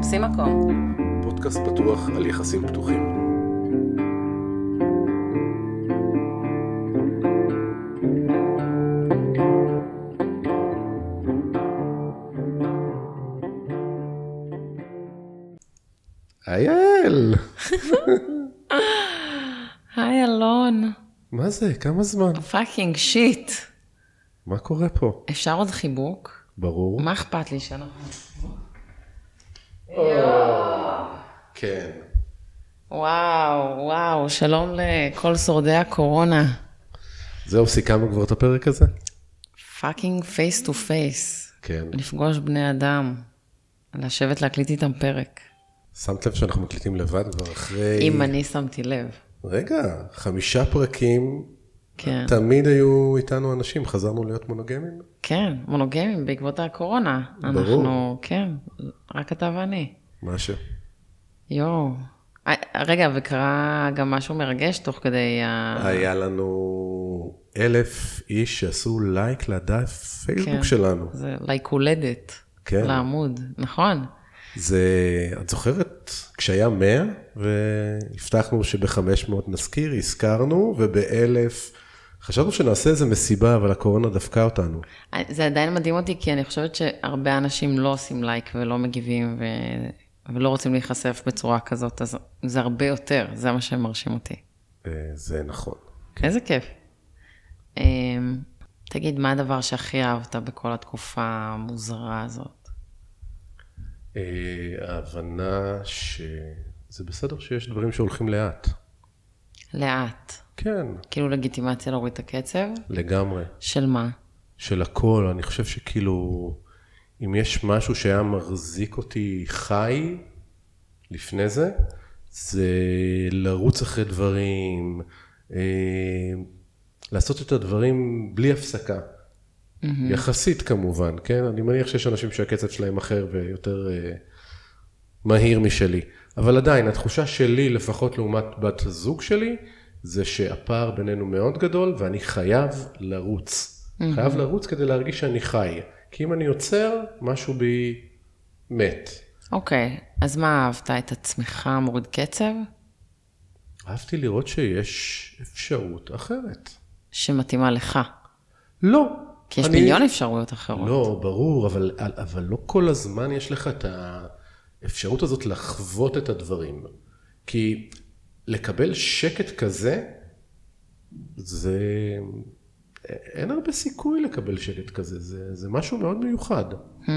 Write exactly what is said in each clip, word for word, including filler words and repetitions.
תופסים מקום. פודקאסט פתוח על יחסים פתוחים. היי אל! היי אלון. מה זה? כמה זמן? פאקינג שיט. מה קורה פה? אפשר עוד חיבוק? ברור. מה אכפת לי שאנחנו... כן. וואו, וואו, שלום לכל שורדי הקורונה. זהו, סיכמנו כבר את הפרק הזה? פאקינג פייס טו פייס. כן. לפגוש בני אדם. לשבת להקליט איתם פרק. שמת לב שאנחנו מקליטים לבד כבר אחרי... אם אני שמתי לב. רגע, חמישה פרקים. כן. תמיד היו איתנו אנשים, חזרנו להיות מונוגמים? כן, מונוגמים בעקבות הקורונה. ברור. אנחנו, כן, רק אתה ואני. משהו. יואו. רגע, וקרה גם משהו מרגש תוך כדי... היה לנו אלף איש שעשו לייק לדף פייסבוק כן, שלנו. זה לייק הולדת. כן. לעמוד, נכון. זה, את זוכרת, כשהיה מאה, והבטחנו שב-חמש מאות נזכיר, הזכרנו, וב-אלף, חשבנו שנעשה איזה מסיבה, אבל הקורונה דפקה אותנו. זה עדיין מדהים אותי, כי אני חושבת שהרבה אנשים לא עושים לייק ולא מגיבים, ו... ולא רוצים להיחשף בצורה כזאת, אז זה הרבה יותר, זה מה שמרשים אותי. זה נכון. איזה כיף. תגיד, מה הדבר שהכי אהבת בכל התקופה המוזרה הזאת? ההבנה שזה בסדר שיש דברים שהולכים לאט. לאט. כן. כאילו לגיטימציה להוריד את הקצב? לגמרי. של מה? של הכל. אני חושב שכאילו, אם יש משהו שהיה מחזיק אותי חי לפני זה, זה לרוץ אחרי דברים, לעשות את הדברים בלי הפסקה. Mm-hmm. יחסית כמובן, כן? אני מניח שיש אנשים שהקצב שלהם אחר ויותר uh, מהיר משלי. אבל עדיין, התחושה שלי, לפחות לעומת בת הזוג שלי, זה שהפער בינינו מאוד גדול, ואני חייב לרוץ. Mm-hmm. חייב לרוץ כדי להרגיש שאני חי. כי אם אני יוצר, משהו בי מת. אוקיי, okay. אז מה אהבת? את עצמך מוריד קצב? אהבתי לראות שיש אפשרות אחרת. שמתאימה לך? לא. כי יש אני... מיליון אפשרויות אחרות. לא, ברור, אבל, אבל לא כל הזמן יש לך את האפשרות הזאת לחוות את הדברים. כי לקבל שקט כזה, זה... אין הרבה סיכוי לקבל שקט כזה, זה, זה משהו מאוד מיוחד. Hmm.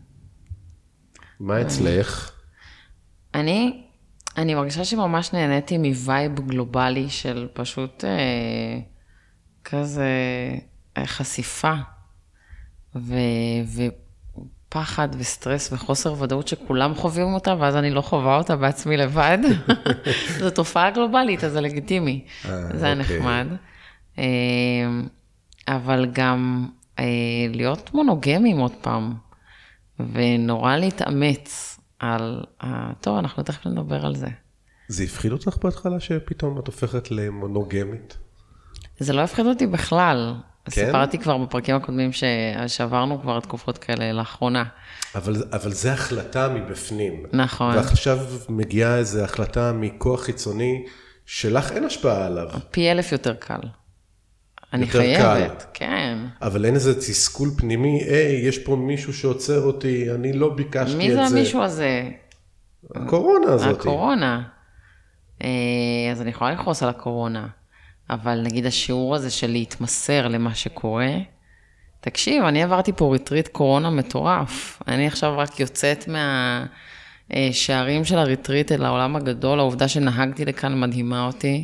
מה אצלך? אני, אני מרגישה שממש נהניתי מווייב גלובלי של פשוט אה, כזה חשיפה ו, ופחד וסטרס וחוסר ודאות שכולם חווים אותה, ואז אני לא חווה אותה בעצמי לבד. זו תופעה גלובלית, אז זה לגיטימי. אה, זה אוקיי. נחמד. אה, אבל גם אה, להיות מונוגמים עוד פעם, ונורא להתאמץ על, אה, טוב, אנחנו תכף נדבר על זה. זה הפחיד אותך בהתחלה שפתאום את הופכת למונוגמית? זה לא הפחיד אותי בכלל. כן? סיפרתי כבר בפרקים הקודמים ש... שעברנו כבר תקופות כאלה לאחרונה. אבל, אבל זה החלטה מבפנים. נכון. ועכשיו מגיעה איזו החלטה מכוח חיצוני, שלך אין השפעה עליו. פי אלף יותר קל. אני חייבת, קל. כן. אבל אין איזה תסכול פנימי, היי, יש פה מישהו שעוצר אותי, אני לא ביקשתי את זה. מי זה המישהו הזה? הקורונה הזאת. הקורונה. אז אני יכולה לחוס על הקורונה, אבל נגיד השיעור הזה של להתמסר למה שקורה, תקשיב, אני עברתי פה ריטריט קורונה מטורף. אני עכשיו רק יוצאת מהשערים של הריטריט אל העולם הגדול, העובדה שנהגתי לכאן מדהימה אותי.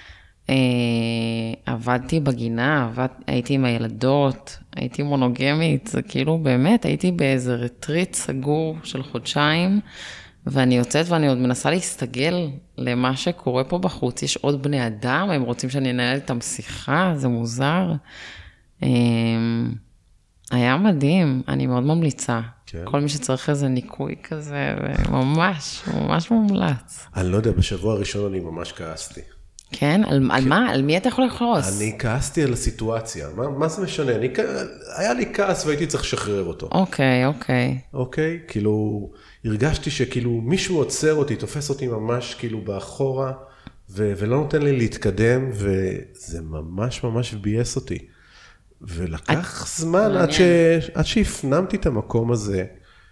עבדתי בגינה, עבד, הייתי עם הילדות, הייתי מונוגמית, זה כאילו באמת, הייתי באיזה רטריט סגור של חודשיים, ואני יוצאת ואני עוד מנסה להסתגל למה שקורה פה בחוץ. יש עוד בני אדם, הם רוצים שאני אנהל איתם שיחה, זה מוזר. היה מדהים, אני מאוד ממליצה. כן. כל מי שצריך איזה ניקוי כזה, ממש, ממש מומלץ. אני לא יודע, בשבוע הראשון אני ממש כעסתי. כן? על, על מה? על מי אתה יכול לכעוס? אני כעסתי על הסיטואציה. מה, מה זה משנה? אני, היה לי כעס והייתי צריך לשחרר אותו. אוקיי, אוקיי. אוקיי? כאילו, הרגשתי שכאילו מישהו עוצר אותי, תופס אותי ממש כאילו באחורה, ו- ולא נותן לי להתקדם, וזה ממש ממש בייס אותי. ולקח זמן עד, ש... עד שהפנמתי את המקום הזה,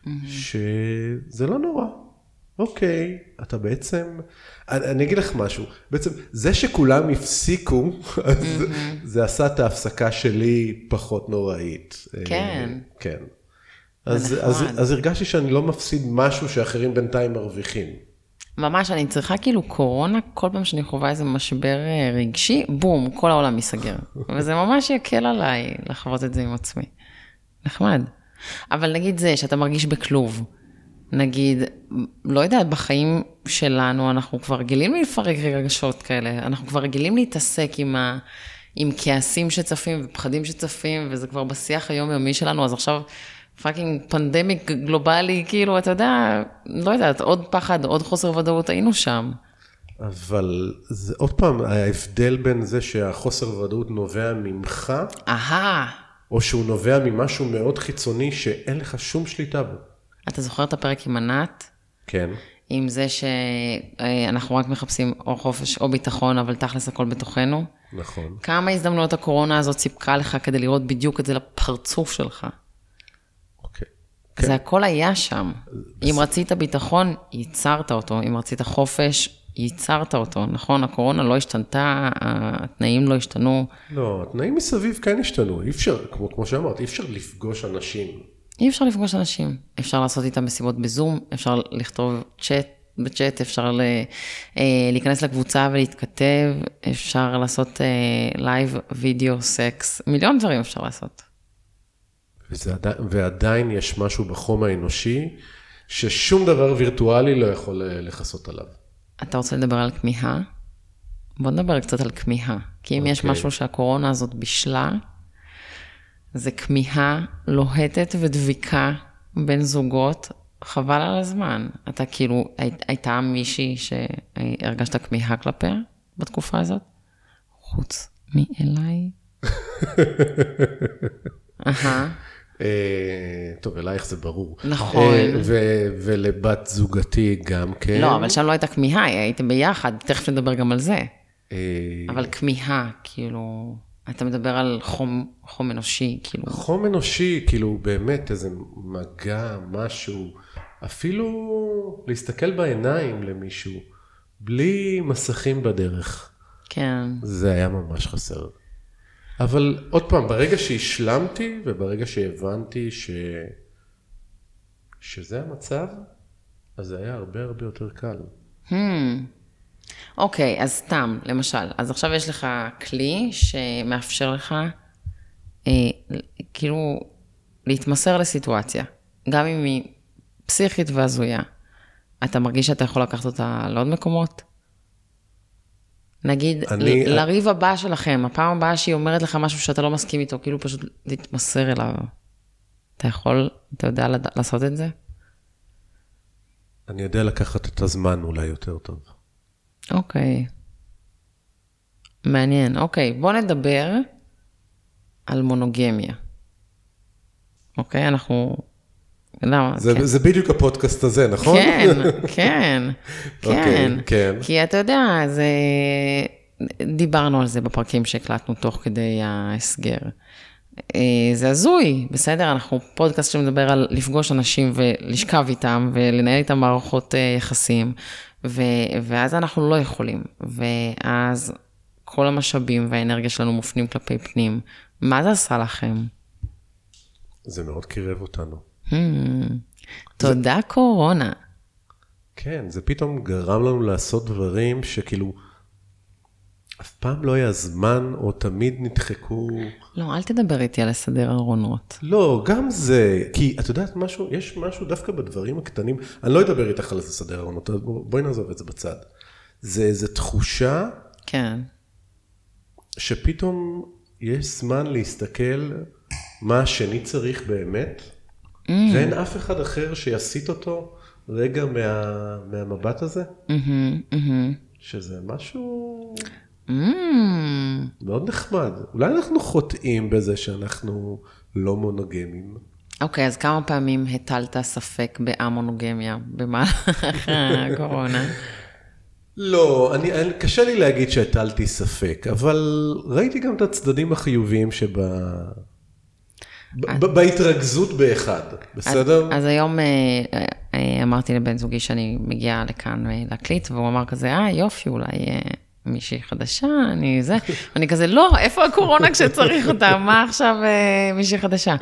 שזה לא נורא. אוקיי, אתה בעצם, אני, אני אגיד לך משהו, בעצם זה שכולם הפסיקו, אז זה עשה את ההפסקה שלי פחות נוראית. כן. כן. אז, אז, אז הרגשתי שאני לא מפסיד משהו שאחרים בינתיים מרוויחים. ממש, אני צריכה כאילו קורונה, כל פעם שאני חווה איזה משבר רגשי, בום, כל העולם מסגר. וזה ממש יקל עליי לחוות את זה עם עצמי. נחמד. אבל נגיד זה, שאתה מרגיש בכלוב, נגיד, לא יודעת, בחיים שלנו, אנחנו כבר רגילים לפרק רגשות כאלה, אנחנו כבר רגילים להתעסק עם, ה, עם כעסים שצפים ופחדים שצפים, וזה כבר בשיח היומיומי שלנו, אז עכשיו פאקינג פנדמיק גלובלי, כאילו, אתה יודע, לא יודעת, עוד פחד, עוד חוסר ודאות, היינו שם. אבל זה עוד פעם, ההבדל בין זה שהחוסר ודאות נובע ממך, אהה. או שהוא נובע ממשהו מאוד חיצוני שאין לך שום שליטה בו. אתה זוכר את הפרק עם ענת? כן. עם זה שאנחנו רק מחפשים או חופש או ביטחון, אבל תכלס הכל בתוכנו. נכון. כמה הזדמנויות הקורונה הזאת סיפקה לך כדי לראות בדיוק את זה לפרצוף שלך? אוקיי. זה הכל היה שם. אם רצית ביטחון, ייצרת אותו. אם רצית חופש, ייצרת אותו. נכון, הקורונה לא השתנתה, התנאים לא השתנו. לא, התנאים מסביב כן השתנו. אי אפשר, כמו, כמו שאמרת, אי אפשר לפגוש אנשים. אי אפשר לפגוש אנשים. אפשר לעשות איתם מסיבות בזום, אפשר לכתוב צ'אט, בצ'אט, אפשר להיכנס לקבוצה ולהתכתב, אפשר לעשות לייב, וידאו, סקס, מיליון דברים אפשר לעשות. וזה, ועדיין יש משהו בחום האנושי, ששום דבר וירטואלי לא יכול לחסות עליו. אתה רוצה לדבר על כמיהה? בוא נדבר קצת על כמיהה. כי אם okay. יש משהו שהקורונה הזאת בשלה, זה כמיהה לוהטת ודביקה בין זוגות, חבל על הזמן. אתה כאילו, הי, הייתה מישהי שהרגשת כמיהה כלפיה בתקופה הזאת? חוץ מאליי? אהה. טוב, אלייך זה ברור. נכון. ולבת זוגתי גם כן. לא, אבל שם לא הייתה כמיהה, הייתם ביחד, תכף נדבר גם על זה. אבל כמיהה, כאילו, אתה מדבר על חום, חום אנושי, כאילו. חום אנושי, כאילו, באמת איזה מגע, משהו, אפילו להסתכל בעיניים למישהו, בלי מסכים בדרך. כן. זה היה ממש חסר. אבל עוד פעם, ברגע שהשלמתי וברגע שהבנתי ש... שזה המצב, אז זה היה הרבה הרבה יותר קל. Hmm. אוקיי, אז סתם, למשל, אז עכשיו יש לך כלי שמאפשר לך, אה, כאילו, להתמסר לסיטואציה, גם אם היא פסיכית והזויה. אתה מרגיש שאתה יכול לקחת אותה לעוד מקומות? נגיד, אני... ל- לריב הבא שלכם, הפעם הבאה שהיא אומרת לך משהו שאתה לא מסכים איתו, כאילו פשוט להתמסר אליו. אתה יכול, אתה יודע לעשות את זה? אני יודע לקחת את הזמן אולי יותר טוב. אוקיי. מעניין. אוקיי, בוא נדבר על מונוגמיה. אוקיי, אנחנו... למה? זה, כן. זה בדיוק הפודקאסט הזה, נכון? כן, כן, כן. Okay, כן. כי אתה יודע, זה... דיברנו על זה בפרקים שהקלטנו תוך כדי ההסגר. זה הזוי, בסדר? אנחנו פודקאסט שמדבר על לפגוש אנשים ולשכב איתם ולנהל איתם מערכות יחסים, ו... ואז אנחנו לא יכולים. ואז כל המשאבים והאנרגיה שלנו מופנים כלפי פנים. מה זה עשה לכם? זה מאוד קירב אותנו. תודה קורונה. כן, זה פתאום גרם לנו לעשות דברים שכאילו אף פעם לא היה זמן או תמיד נדחקו. לא, אל תדבר איתי על לסדר ארונות. לא, גם זה, כי את יודעת משהו, יש משהו דווקא בדברים הקטנים, אני לא אדבר איתך על לסדר ארונות, בואי נעזוב את זה בצד. זה איזו תחושה, כן. שפתאום יש זמן להסתכל מה השני צריך באמת, Mm. ואין אף אחד אחר שיסית אותו רגע מה, מהמבט הזה, mm-hmm, mm-hmm. שזה משהו... מאוד נחמד. אולי אנחנו חוטאים בזה שאנחנו לא מונוגמים. אוקיי, אז כמה פעמים הטלת ספק באמונוגמיה במהלך הקורונה? לא, אני, קשה לי להגיד שהטלתי ספק, אבל ראיתי גם את הצדדים החיוביים שבה... בהתרכזות באחד, בסדר? אז היום אמרתי לבן זוגי שאני מגיעה לכאן להקליט, והוא אמר כזה, אה, יופי, אולי מישהי חדשה, אני זה, אני כזה, לא, איפה הקורונה כשצריך אותה? מה עכשיו מישהי חדשה?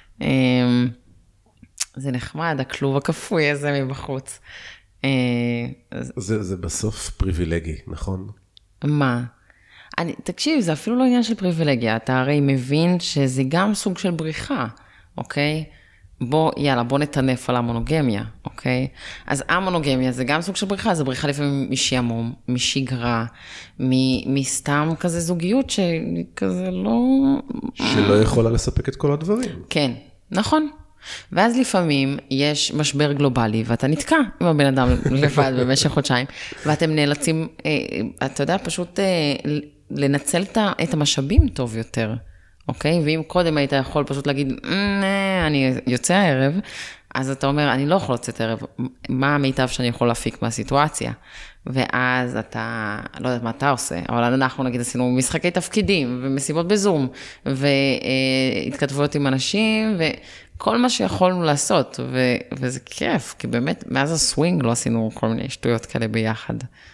זה נחמד, הכלוב הכפוי הזה מבחוץ. זה, זה בסוף פריבילגי, נכון? מה? אני, תקשיב, זה אפילו לא עניין של פריבילגיה, אתה הרי מבין שזה גם סוג של בריחה, אוקיי? בוא, יאללה, בוא נתנף על המונוגמיה, אוקיי? אז המונוגמיה זה גם סוג של בריחה, זה בריחה לפעמים משעמום, משגרה, מסתם כזה זוגיות שכזה לא... שלא יכולה לספק את כל הדברים. כן, נכון. ואז לפעמים יש משבר גלובלי, ואתה נתקע עם הבן אדם לבד במשך חודשיים, ואתם נאלצים, אתה יודע, פשוט לנצל את המשאבים טוב יותר, אוקיי? ואם קודם היית יכול פשוט להגיד, אני יוצא הערב, אז אתה אומר, אני לא יכול לצאת הערב, מה המיטב שאני יכול להפיק מהסיטואציה? ואז אתה, לא יודעת מה אתה עושה, אבל אנחנו נגיד עשינו משחקי תפקידים, ומסיבות בזום, והתכתבויות עם אנשים, וכל מה שיכולנו לעשות, ו- וזה כיף, כי באמת, מאז הסווינג לא עשינו כל מיני שטויות כאלה ביחד.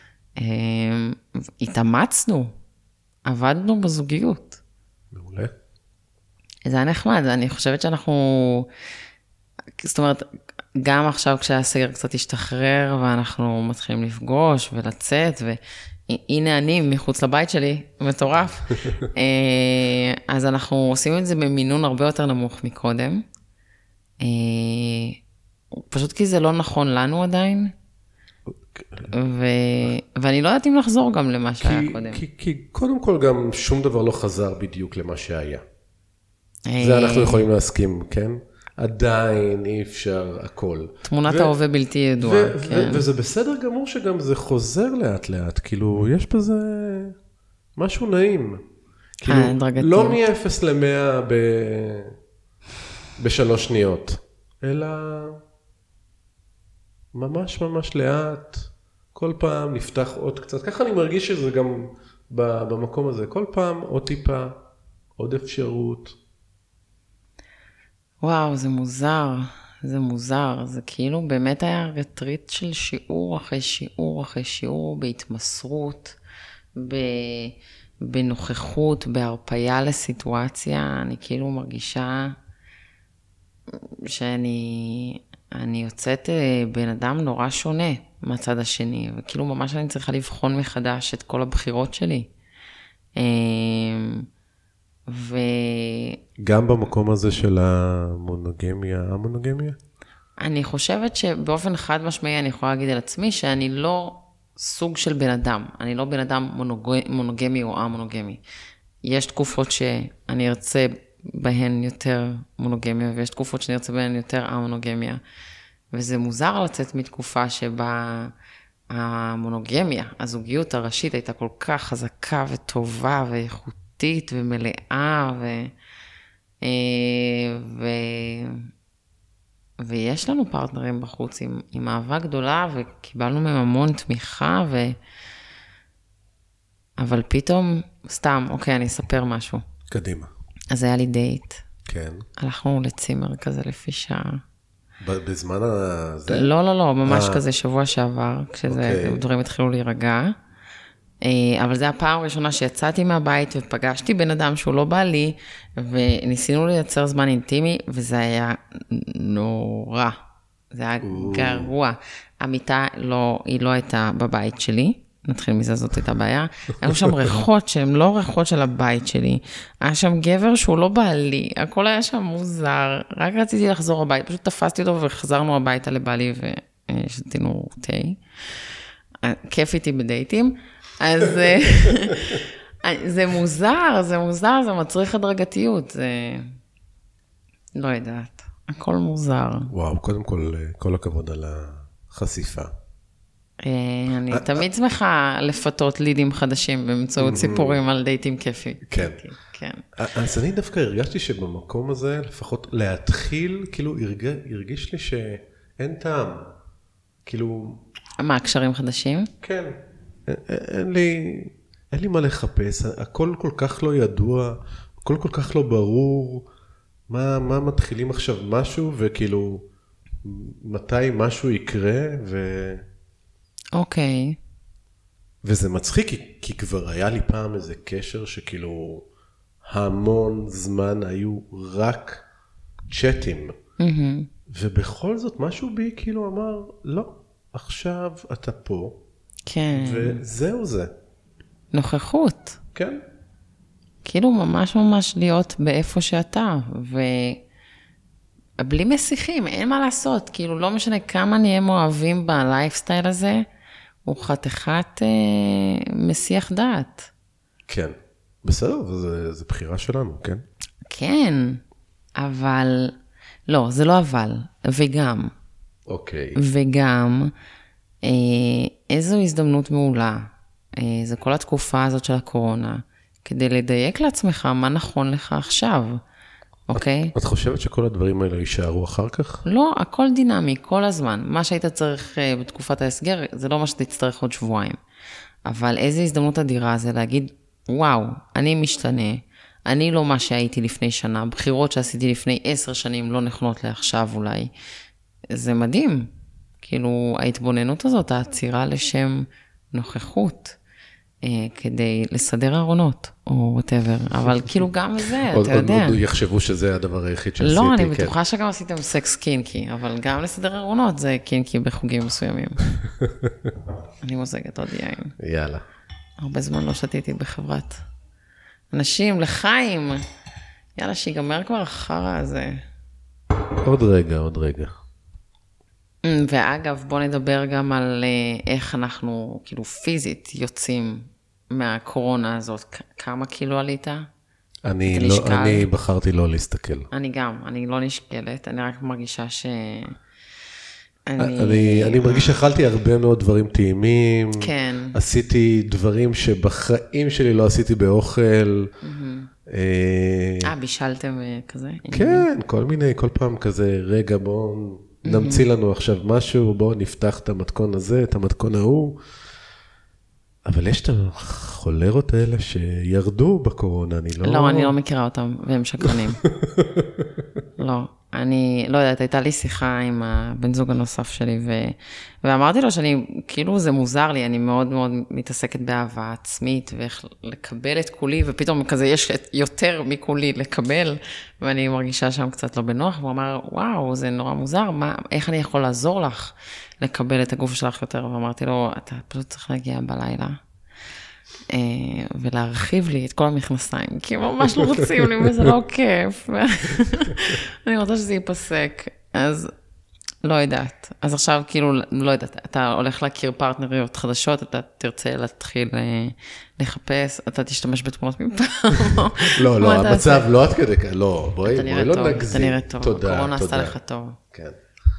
התאמצנו, עבדנו בזוגיות. מעולה. זה היה נחמד, אני חושבת שאנחנו, זאת אומרת, גם עכשיו כשהסגר קצת השתחרר, ואנחנו מתחילים לפגוש ולצאת, והנה אני מחוץ לבית שלי, מטורף. אז אנחנו עושים את זה במינון הרבה יותר נמוך מקודם. פשוט כי זה לא נכון לנו עדיין. ו... ואני לא יודעת אם לחזור גם למה שהיה כי, קודם. כי, כי קודם כל גם שום דבר לא חזר בדיוק למה שהיה. זה אנחנו יכולים להסכים, כן? עדיין אי אפשר הכל. תמונת ההווה בלתי ידועה, כן. וזה בסדר גמור שגם זה חוזר לאט לאט, כאילו יש בזה משהו נעים. כאילו לא מ-אפס ל-מאה בשלוש שניות, אלא ממש ממש לאט, כל פעם נפתח עוד קצת, ככה אני מרגיש שזה גם במקום הזה, כל פעם עוד טיפה, עוד אפשרות. וואו, זה מוזר, זה מוזר, זה כאילו באמת היה רטריט של שיעור אחרי שיעור אחרי שיעור, בהתמסרות, בנוכחות, בהרפאיה לסיטואציה, אני כאילו מרגישה שאני אני יוצאת בן אדם נורא שונה מהצד השני, וכאילו ממש אני צריכה לבחון מחדש את כל הבחירות שלי. ו... גם במקום הזה של המונוגמיה, המונוגמיה? אני חושבת שבאופן חד משמעי אני יכולה להגיד על עצמי שאני לא סוג של בן אדם. אני לא בן אדם מונוג... מונוגמי או המונוגמי. יש תקופות שאני ארצה בהן יותר מונוגמיה, ויש תקופות שאני ארצה בהן יותר המונוגמיה. וזה מוזר לצאת מתקופה שבה המונוגמיה, הזוגיות הראשית הייתה כל כך חזקה וטובה ואיכותית ומלאה ו... ו... ויש לנו פרטנרים בחוץ עם, עם אהבה גדולה וקיבלנו מהם המון תמיכה ו... אבל פתאום, סתם, אוקיי, אני אספר משהו. קדימה. אז היה לי דייט. כן. הלכנו לצימר כזה לפי שעה. בזמן הזה? לא, לא, לא, ממש כזה שבוע שעבר, כשדברים התחילו להירגע. אבל זה הפעם הראשונה שיצאתי מהבית ופגשתי בן אדם שהוא לא בא לי, וניסינו לייצר זמן אינטימי, וזה היה נורא. זה היה גרוע. המיטה לא, היא לא הייתה בבית שלי. נתחיל מזה, זאת הייתה בעיה. היו שם ריחות שהן לא ריחות של הבית שלי. היה שם גבר שהוא לא בעלי. הכל היה שם מוזר. רק רציתי לחזור הבית. פשוט תפסתי אותו וחזרנו הביתה לבעלי ושתינו תה. כיף איתי בדייטים. אז זה מוזר, זה מוזר, זה מצריך הדרגתיות. זה לא יודעת. הכל מוזר. וואו, קודם כל, כל הכבוד על החשיפה. אני תמיד שמחה לפתות לידים חדשים באמצעות סיפורים על דייטים כיפי. כן. כן. אז אני דווקא הרגשתי שבמקום הזה, לפחות להתחיל, כאילו הרגיש לי שאין טעם. כאילו... מה, קשרים חדשים? כן. אין לי, אין לי מה לחפש. הכל כל כך לא ידוע, הכל כל כך לא ברור. מה, מה מתחילים עכשיו משהו, וכאילו, מתי משהו יקרה, ו... אוקיי. וזה מצחיק, כי, כי כבר היה לי פעם איזה קשר שכאילו המון זמן היו רק צ'אטים. Mm-hmm. ובכל זאת משהו בי כאילו אמר, לא, עכשיו אתה פה. כן. וזהו זה. נוכחות. כן. כאילו ממש ממש להיות באיפה שאתה, ובלי מסיכים, אין מה לעשות. כאילו לא משנה כמה נהיה מאוהבים בלייפסטייל הזה, הוא חתיכת אה, מסיח דעת. כן, בסדר, זה, זה בחירה שלנו, כן? כן, אבל, לא, זה לא אבל, וגם. אוקיי. וגם, אה, איזו הזדמנות מעולה, אה, זה כל התקופה הזאת של הקורונה, כדי לדייק לעצמך מה נכון לך עכשיו. אוקיי? את חושבת שכל הדברים האלה יישארו אחר כך? לא, הכל דינמי, כל הזמן. מה שהיית צריך בתקופת ההסגר, זה לא מה שתצטרך עוד שבועיים. אבל איזו הזדמנות אדירה זה להגיד, וואו, אני משתנה, אני לא מה שהייתי לפני שנה, בחירות שעשיתי לפני עשר שנים לא נכונות לעכשיו אולי. זה מדהים. כאילו, ההתבוננות הזאת, העצירה לשם נוכחות. כדי לסדר ארונות, או whatever, אבל כאילו גם זה, אתה יודע. עוד יחשבו שזה הדבר היחיד שעשיתי. לא, אני בטוחה שגם עשיתם סקס קינקי, אבל גם לסדר ארונות זה קינקי בחוגים מסוימים. אני מוזגת עוד יין. יאללה. הרבה זמן לא שתיתי בחברת אנשים, לחיים. יאללה, שיגמר כבר החרא הזה. עוד רגע, עוד רגע. ואגב, בוא נדבר גם על איך אנחנו, כאילו, פיזית יוצאים מהקורונה הזאת. כמה קילו עלית? אני, לא, אני בחרתי לא להסתכל. אני גם, אני לא נשקלת, אני רק מרגישה ש... אני, אני, אני מרגיש שאכלתי הרבה מאוד דברים טעימים. כן. עשיתי דברים שבחיים שלי לא עשיתי באוכל. אה, בישלתם כזה? כן, כל מיני, כל פעם כזה, רגע בואו נמציא לנו עכשיו משהו, בואו נפתח את המתכון הזה, את המתכון ההוא. אבל יש את החולרות האלה שירדו בקורונה, אני לא... לא, אני לא מכירה אותם, והם שקרנים. לא, אני לא יודעת, הייתה לי שיחה עם הבן זוג הנוסף שלי, ו... ואמרתי לו שאני, כאילו זה מוזר לי, אני מאוד מאוד מתעסקת באהבה עצמית, ואיך לקבל את כולי, ופתאום כזה יש יותר מכולי לקבל, ואני מרגישה שם קצת לא בנוח, והוא אמר, וואו, זה נורא מוזר, מה, איך אני יכול לעזור לך לקבל את הגוף שלך יותר? ואמרתי לו, אתה פשוט צריך להגיע בלילה. ולהרחיב לי את כל המכנסיים, כי ממש לא רוצים לי, וזה לא כיף. אני רוצה שזה ייפסק. אז לא יודעת. אז עכשיו כאילו, לא יודעת, אתה הולך להכיר פרטנריות חדשות, אתה תרצה להתחיל לחפש, אתה תשתמש בתמונות מפעם. לא, לא, המצב לא עד כדי כאן, לא, בואי לא נגזים. אתה נראה טוב, תודה, הקורונה עשתה לך טוב. כן.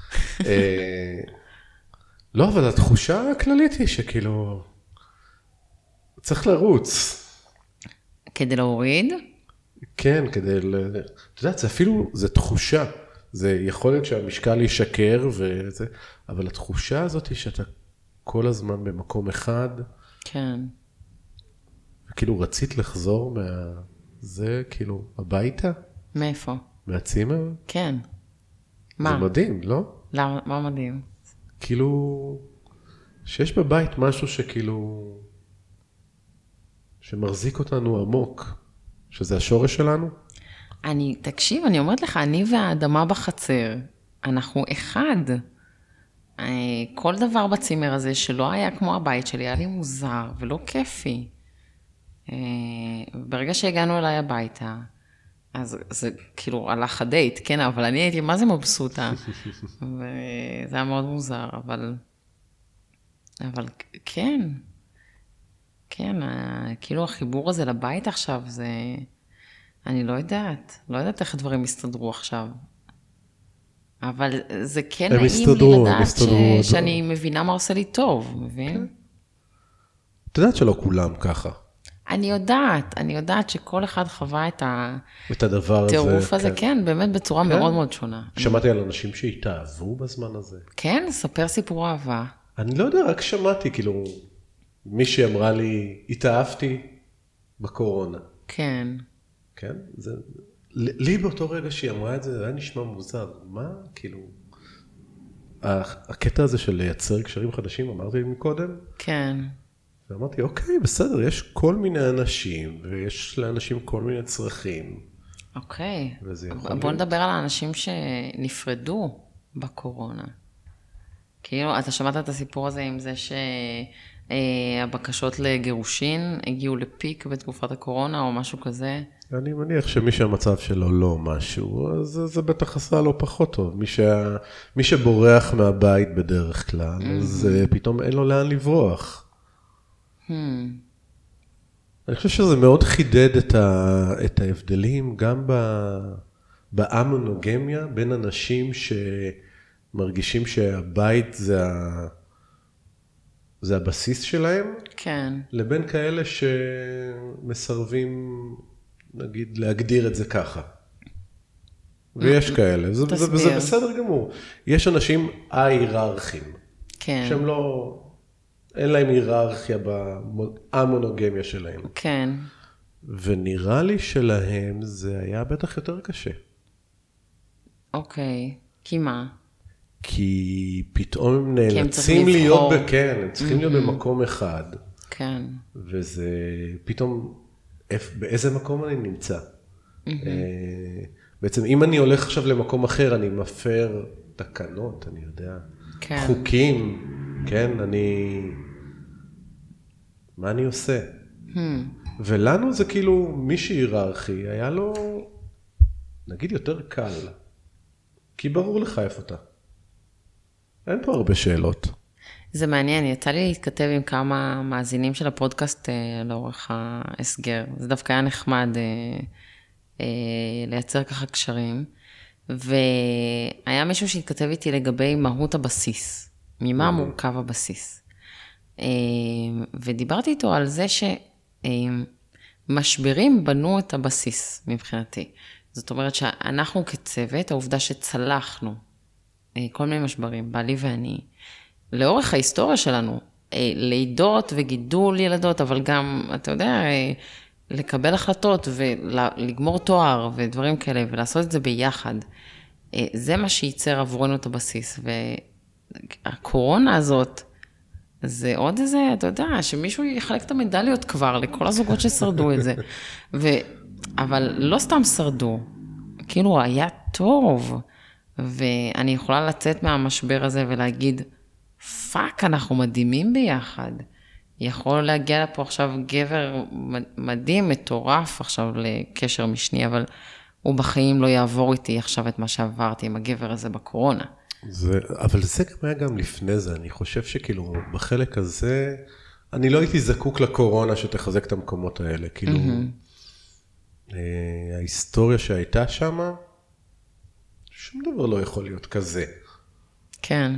לא, אבל התחושה הכללית היא שכאילו... צריך לרוץ. כדי להוריד? כן, כדי ל... אתה יודעת, זה אפילו, זה תחושה. זה יכול להיות שהמשקל יישקר וזה, אבל התחושה הזאת היא שאתה כל הזמן במקום אחד. כן. וכאילו רצית לחזור מה... זה כאילו הביתה? מאיפה? מהצימר? כן. מה? זה מדהים, לא? למה? מה מדהים? כאילו, שיש בבית משהו שכאילו... שמחזיק אותנו עמוק, שזה השורש שלנו? אני, תקשיב, אני אומרת לך, אני והאדמה בחצר, אנחנו אחד. כל דבר בצימר הזה שלא היה כמו הבית שלי, היה לי מוזר ולא כיפי. ברגע שהגענו אליי הביתה, אז זה כאילו הלך הדייט, כן, אבל אני הייתי, מה זה מבסוטה? וזה היה מאוד מוזר, אבל, אבל כן. כן, כאילו החיבור הזה לבית עכשיו, זה, אני לא יודעת, לא יודעת איך הדברים יסתדרו עכשיו. אבל זה כן הם נעים הסתדרו, לי הם לדעת הסתדרו. ש... שאני מבינה מה עושה לי טוב, מבין? את יודעת שלא כולם ככה. אני יודעת, אני יודעת שכל אחד חווה את את הדבר הזה. הטירוף הזה, כן, באמת בצורה מאוד מאוד שונה. שמעתי על אנשים שהתאהבו בזמן הזה. כן, ספר סיפור אהבה. אני לא יודע, רק שמעתי, כאילו, מישהי אמרה לי, התאהבתי בקורונה. כן. כן? זה, לי באותו רגע שהיא אמרה את זה, זה היה נשמע מוזר. מה? כאילו, הקטע הזה של לייצר קשרים חדשים, אמרתי לי מקודם. כן. ואמרתי, אוקיי, בסדר, יש כל מיני אנשים, ויש לאנשים כל מיני צרכים. אוקיי. וזה יכול בוא להיות. נדבר על האנשים שנפרדו בקורונה. כאילו, אתה שמעת את הסיפור הזה עם זה שהבקשות לגירושין הגיעו לפיק בתקופת הקורונה או משהו כזה? אני מניח שמי שהמצב שלו לא משהו, אז זה בטח עשה לו פחות טוב. מי, שה... מי שבורח מהבית בדרך כלל, mm-hmm. אז פתאום אין לו לאן לברוח. Hmm. אני חושב שזה מאוד חידד את, ה... את ההבדלים, גם ב... באמונוגמיה, בין אנשים שמרגישים שהבית זה, ה... זה הבסיס שלהם, כן. לבין כאלה שמסרבים, נגיד, להגדיר את זה ככה. ויש כאלה, זה, זה, זה בסדר גמור. יש אנשים ההיררכיים, כן. שהם לא, אין להם היררכיה באמונוגמיה שלהם. כן. ונראה לי שלהם זה היה בטח יותר קשה. אוקיי, כי מה? כי פתאום הם נאלצים להיות, ב... כן, הם צריכים mm-hmm. להיות במקום אחד. כן. וזה פתאום, באיזה מקום אני נמצא? Mm-hmm. בעצם אם אני הולך עכשיו למקום אחר, אני מפר תקנות, אני יודע, כן. חוקים, כן, אני, מה אני עושה? Hmm. ולנו זה כאילו, מי שהיררכי, היה לו, נגיד, יותר קל, כי ברור לך איפה אתה. אין פה הרבה שאלות. זה מעניין, יצא לי להתכתב עם כמה מאזינים של הפודקאסט אה, לאורך ההסגר. זה דווקא היה נחמד אה, אה, לייצר ככה קשרים. והיה מישהו שהתכתב איתי לגבי מהות הבסיס. ממה מורכב הבסיס. אה, ודיברתי איתו על זה שמשברים בנו את הבסיס מבחינתי. זאת אומרת שאנחנו כצוות, העובדה שצלחנו כל מיני משברים, בעלי ואני, לאורך ההיסטוריה שלנו, לידות וגידול ילדות, אבל גם, אתה יודע, לקבל החלטות ולגמור תואר ודברים כאלה, ולעשות את זה ביחד, זה מה שייצר עבורנו את הבסיס. והקורונה הזאת, זה עוד איזה, אתה יודע, שמישהו יחלק את המדליות כבר לכל הזוגות ששרדו את זה. ו... אבל לא סתם שרדו, כאילו היה טוב, ואני יכולה לצאת מהמשבר הזה ולהגיד, פאק, אנחנו מדהימים ביחד. יכול להגיע לפה עכשיו גבר מדהים, מטורף עכשיו לקשר משני, אבל הוא בחיים לא יעבור איתי עכשיו את מה שעברתי עם הגבר הזה בקורונה. זה, אבל זה גם היה גם לפני זה, אני חושב שכאילו בחלק הזה, אני לא הייתי זקוק לקורונה שתחזק את המקומות האלה, כאילו, mm-hmm. ההיסטוריה שהייתה שם, שום דבר לא יכול להיות כזה. כן.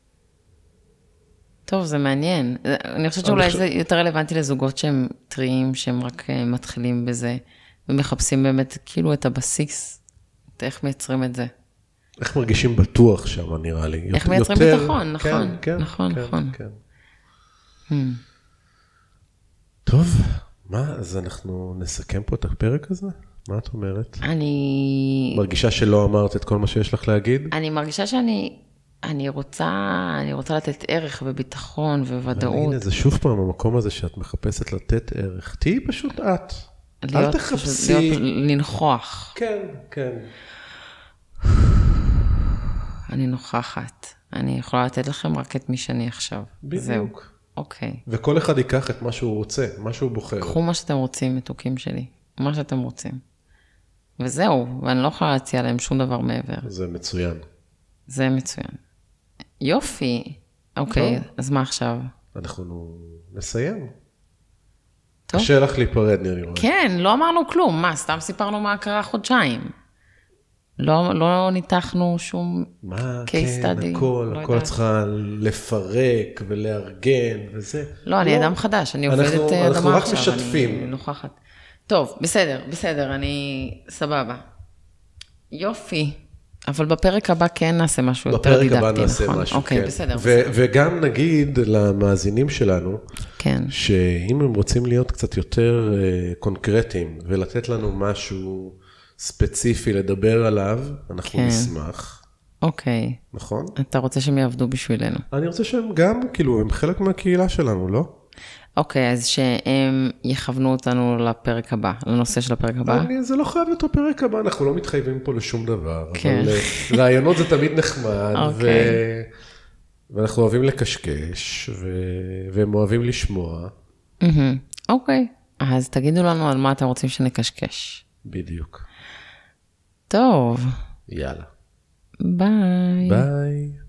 טוב, זה מעניין. אני חושבת שאולי זה יותר רלוונטי לזוגות שהם טריים, שהם רק מתחילים בזה, ומחפשים באמת כאילו את הבסיס, את איך מייצרים את זה. איך מרגישים בטוח שם, נראה לי. איך מייצרים ביטחון, נכון, נכון, נכון. טוב, מה, אז אנחנו נסכם פה את הפרק הזה? מה את אומרת? אני... מרגישה שלא אמרת את כל מה שיש לך להגיד? אני מרגישה שאני... אני רוצה, אני רוצה לתת ערך וביטחון וודאות. הנה, זה שוב פעם המקום הזה שאת מחפשת לתת ערך. תהי פשוט את. אל תחפשי. להיות לנכוח. כן, כן. אני נוכחת. אני יכולה לתת לכם רק את מי שאני עכשיו. בדיוק. זהו. אוקיי. וכל אחד ייקח את מה שהוא רוצה, מה שהוא בוחר. קחו מה שאתם רוצים, מתוקים שלי. מה שאתם רוצים. וזהו, ואני לא יכולה להציע להם שום דבר מעבר. זה מצוין. זה מצוין. יופי. אוקיי, טוב. אז מה עכשיו? אנחנו נסיים. טוב. קשה לך להיפרד, נראה לי. כן, לא אמרנו כלום. מה, סתם סיפרנו מה קרה חודשיים. לא, לא ניתחנו שום מה, case כן, study. הכל, לא הכל יודעת. צריכה לפרק ולארגן וזה. לא, אני אדם חדש, אני עובדת אנחנו- אדמה אנחנו רק עכשיו, משתפים. אני נוכחת. טוב, בסדר, בסדר, אני סבבה. יופי. אבל בפרק הבא כן נעשה משהו יותר בפרק דידקטי, הבא נכון? נעשה משהו, אוקיי, כן. בסדר, ו- בסדר. וגם נגיד למאזינים שלנו, כן. שאם הם רוצים להיות קצת יותר uh, קונקרטיים, ולתת לנו משהו ספציפי לדבר עליו, אנחנו כן. נשמח, אוקיי. נכון? אתה רוצה שהם יעבדו בשבילנו. אני רוצה שהם גם, כאילו, הם חלק מהקהילה שלנו, לא? אוקיי, אז שהם יכוונו אותנו לפרק הבא, לנושא של הפרק הבא. אני, זה לא חייב להיות הפרק הבא, אנחנו לא מתחייבים פה לשום דבר, כן. אבל uh, רעיונות זה תמיד נחמד, ו... אוקיי. ואנחנו אוהבים לקשקש, ו... והם אוהבים לשמוע. מהמם. אוקיי, אז תגידו לנו על מה אתם רוצים שנקשקש. בדיוק. טוב, יאללה. ביי. ביי.